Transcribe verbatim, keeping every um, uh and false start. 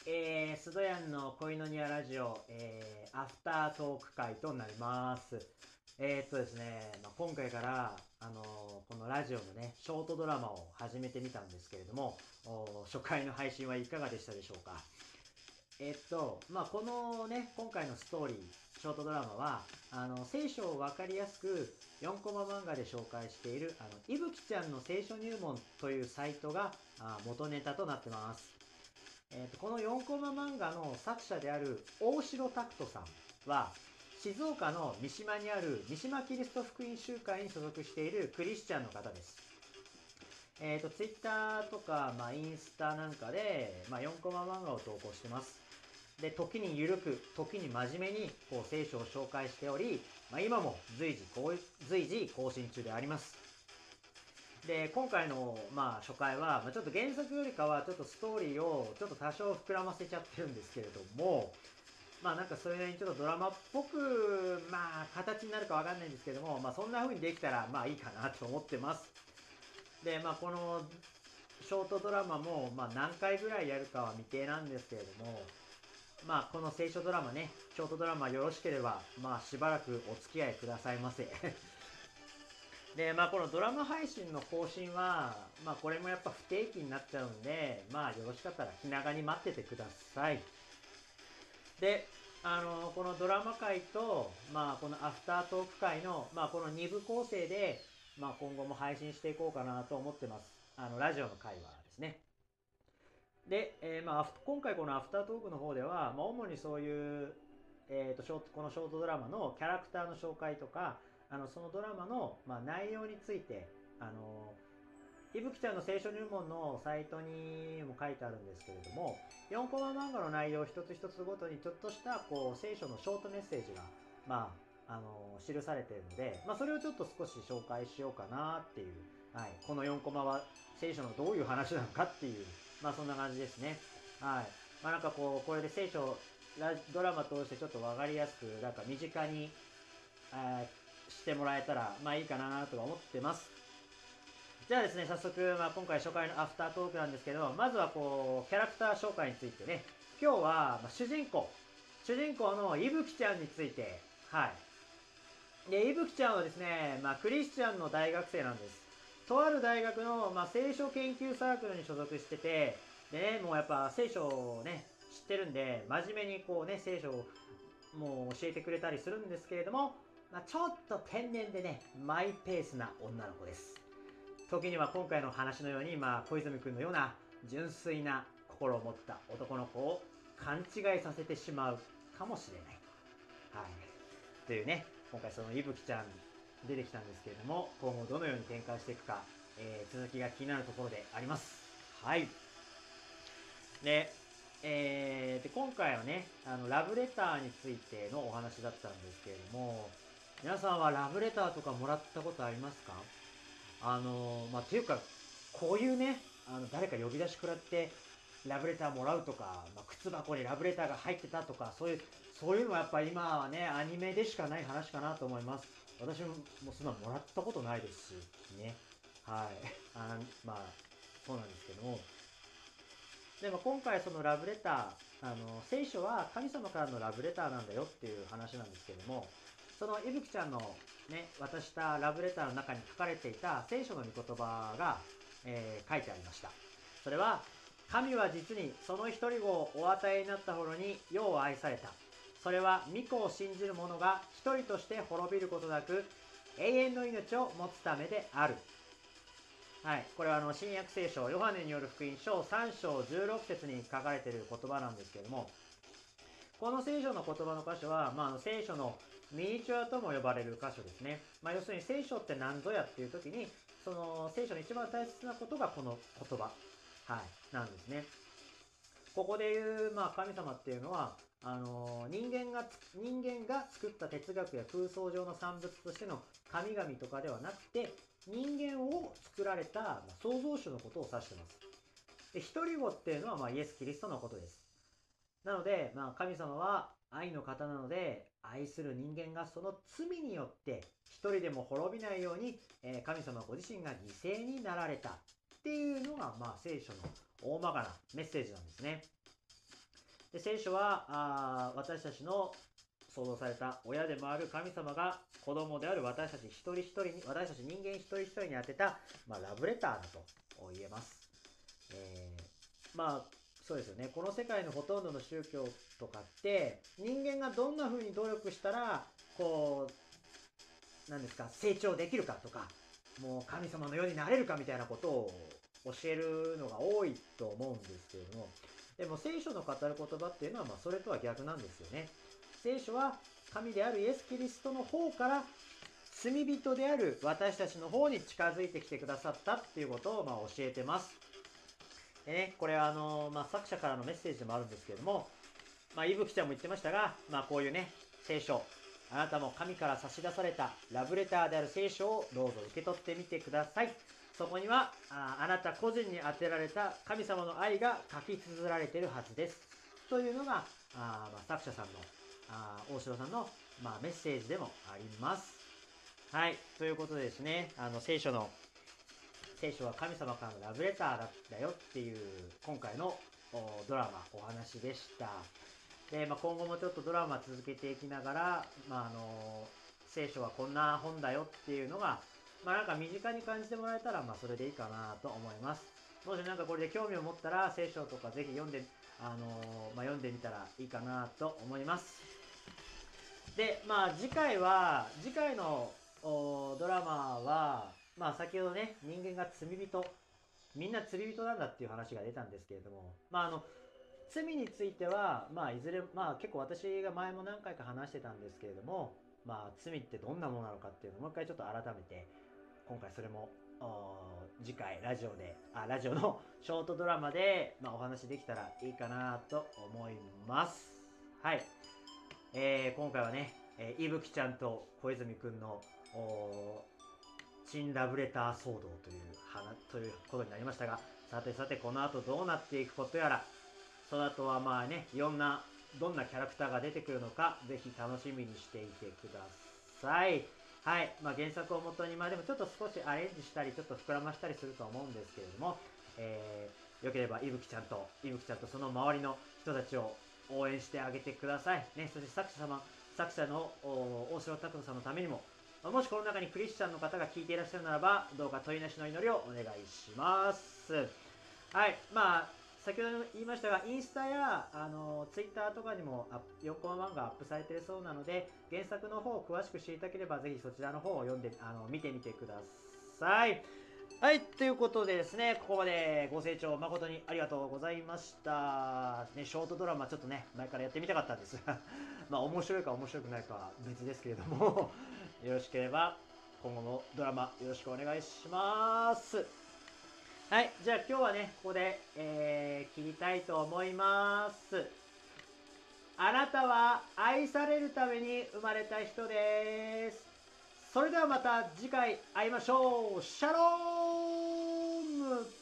えー、スドヤンの恋の庭ラジオ、えー、アフタートーク会となります。えー、っとですね、まあ、今回から、あのーこのラジオのね、ショートドラマを始めてみたんですけれども、お初回の配信はいかがでしたでしょうか。えーっと、まあ、このね、今回のストーリー、ショートドラマは、あの、聖書をわかりやすくよんコマ漫画で紹介している、あの、いぶきちゃんの聖書入門というサイトがあ元ネタとなってます。えーと、このよんコマ漫画の作者である大城拓人さんは、静岡の三島にある三島キリスト福音集会に所属しているクリスチャンの方です。えっ、ー、と、ツイッターとか、まあ、インスタなんかで、まあ、よんコマ漫画を投稿してます。で、時に緩く、時に真面目に、こう、聖書を紹介しており、まあ、今も随時、随時更新中であります。で、今回の、まあ、初回は、まあ、ちょっと原作よりかは、ちょっとストーリーを、ちょっと多少膨らませちゃってるんですけれども、まあなんかそれなりにちょっとドラマっぽく、まあ形になるかわかんないんですけども、まあそんな風にできたら、まあいいかなと思ってます。で、まあこの、ショートドラマも、まあ何回ぐらいやるかは未定なんですけれども、まあこの聖書ドラマね、ショートドラマよろしければ、まあしばらくお付き合いくださいませ。で、まあこのドラマ配信の更新は、まあこれもやっぱ不定期になっちゃうんで、まあよろしかったら気長に待っててください。で、あの、このドラマ界と、まあこのアフタートーク界の、まあこのに部構成で、まあ今後も配信していこうかなと思ってます。あの、ラジオの会話ですね。で、えーまあ今回このアフタートークの方では、まあ主にそういう、えーと、ショートこのショートドラマのキャラクターの紹介とか、あのそのドラマの、まあ、内容について、あのいぶきちゃんの聖書入門のサイトにも書いてあるんですけれども、よんコマ漫画の内容一つ一つごとにちょっとしたこう聖書のショートメッセージが、まあ、あの記されているので、まあ、それをちょっと少し紹介しようかなっていう、はい、このよんコマは聖書のどういう話なのかっていう、まあそんな感じですね。はい。まあなんかこう、これで聖書、ドラマ通してちょっと分かりやすく、なんか身近に、えーしてもらえたら、まあいいかなとは思ってます。じゃあですね、早速、まあ、今回初回のアフタートークなんですけど、まずはこう、キャラクター紹介についてね、今日は、まあ、主人公、主人公のいぶきちゃんについて、はい。で、いぶきちゃんはですね、まあ、クリスチャンの大学生なんです。とある大学の、まあ、聖書研究サークルに所属してて、でね、もうやっぱ聖書をね、知ってるんで、真面目にこうね、聖書をもう教えてくれたりするんですけれども、まあ、ちょっと天然でね、マイペースな女の子です。時には今回の話のように、まあ、小泉君のような純粋な心を持った男の子を勘違いさせてしまうかもしれない。はい。というね、今回そのいぶきちゃん出てきたんですけれども、今後どのように展開していくか、えー、続きが気になるところであります。はい。で、えー、で今回はね、あのラブレターについてのお話だったんですけれども、皆さんはラブレターとかもらったことありますか？あのーまあ、っていうか、こういうね、あの、誰か呼び出し食らって、ラブレターもらうとか、まあ、靴箱にラブレターが入ってたとか、そういう、そういうのはやっぱ今はね、アニメでしかない話かなと思います。私も、もうそんなのもらったことないですし、ね。はい。あまあ、そうなんですけども。でも今回そのラブレター、あの、聖書は神様からのラブレターなんだよっていう話なんですけども、そのいぶきちゃんのね、渡したラブレターの中に書かれていた聖書の御言葉が、えー書いてありました。それは、神は実にその一人子をお与えになったほどに世を愛された。それは御子を信じる者が一人として滅びることなく、永遠の命を持つためである。はい、これはあの新約聖書ヨハネによる福音書さん章じゅうろく節に書かれている言葉なんですけれども、この聖書の言葉の箇所は、まあ、あの聖書のミニチュアとも呼ばれる箇所ですね。まあ、要するに聖書って何ぞやっていう時に、その聖書の一番大切なことがこの言葉、はい、なんですね。ここで言う、まあ、神様っていうのは、あのー人間が人間が作った哲学や空想上の産物としての神々とかではなくて、人間を作られた、まあ、創造主のことを指しています。で、一人子っていうのは、まあ、イエス・キリストのことです。なので、まあ、神様は愛の方なので、愛する人間がその罪によって一人でも滅びないように、えー神様ご自身が犠牲になられたっていうのが、まあ、聖書の大まかなメッセージなんですね。 で聖書はあ私たちの創造された親でもある神様が子供である私たち一人一人に、私たち人間一人一人に当てた、まあ、ラブレターだと言えます。えー、まあそうですよね。この世界のほとんどの宗教とかって人間がどんな風に努力したらこうなんですか成長できるかとか、もう神様のようになれるかみたいなことを教えるのが多いと思うんですけれども、でも聖書の語る言葉っていうのはまあそれとは逆なんですよね。聖書は神であるイエス・キリストの方から罪人である私たちの方に近づいてきてくださったっていうことをまあ教えてます。でね、これはあの、まあ、作者からのメッセージでもあるんですけれども、まあ、いぶきちゃんも言ってましたが、まあ、こういうね、聖書、あなたも神から差し出されたラブレターである聖書をどうぞ受け取ってみてください。そこにはああなた個人に当てられた神様の愛が書き綴られているはずです。というのが、あ、まあ、作者さんのあ大城さんの、まあ、メッセージでもあります。はい、ということでですね、あの聖書の聖書は神様からのラブレターだよっていう今回のドラマお話でした。で、まあ、今後もちょっとドラマ続けていきながら、まあ、あの聖書はこんな本だよっていうのが、まあ、なんか身近に感じてもらえたら、まあ、それでいいかなと思います。もしなんかこれで興味を持ったら聖書とかぜひ読んで、あのまあ、読んでみたらいいかなと思います。で、まあ次回は次回のドラマは、まあ先ほどね、人間が罪人、みんな罪人なんだっていう話が出たんですけれども、まああの罪については、まあいずれ、まあ結構私が前も何回か話してたんですけれども、まあ罪ってどんなものなのかっていうのをもう一回ちょっと改めて、今回それも次回ラジオで、あ、ラジオのショートドラマで、まあ、お話できたらいいかなと思います。はい。えー、今回はね、えー、いぶきちゃんと小泉くんの新ラブレター騒動という話ということになりましたが、さてさてこの後どうなっていくことやら、その後はまあね、いろんなどんなキャラクターが出てくるのか、ぜひ楽しみにしていてください。はい、まあ、原作をもとに、まあでもちょっと少しアレンジしたり、ちょっと膨らましたりすると思うんですけれども、えー、よければいぶきちゃんと、いぶきちゃんとその周りの人たちを応援してあげてください。ね、そして作者様、作者の大城拓人さんのためにも、もしこの中にクリスチャンの方が聞いていらっしゃるならば、どうか問いなしの祈りをお願いします。はい、まあ、先ほど言いましたが、インスタやあのツイッターとかにもよんコマ漫画アップされているそうなので、原作の方を詳しく知りたければ、ぜひそちらの方を読んで、あの見てみてください。はい、ということでですね、ここまでご清聴誠にありがとうございました。ね、ショートドラマちょっとね、前からやってみたかったんですが、まあ面白いか面白くないかは別ですけれども、よろしければ今後もドラマよろしくお願いします。はい、じゃあ今日はね、ここで、えー、切りたいと思います。あなたは愛されるために生まれた人です。それではまた次回会いましょう。シャローム。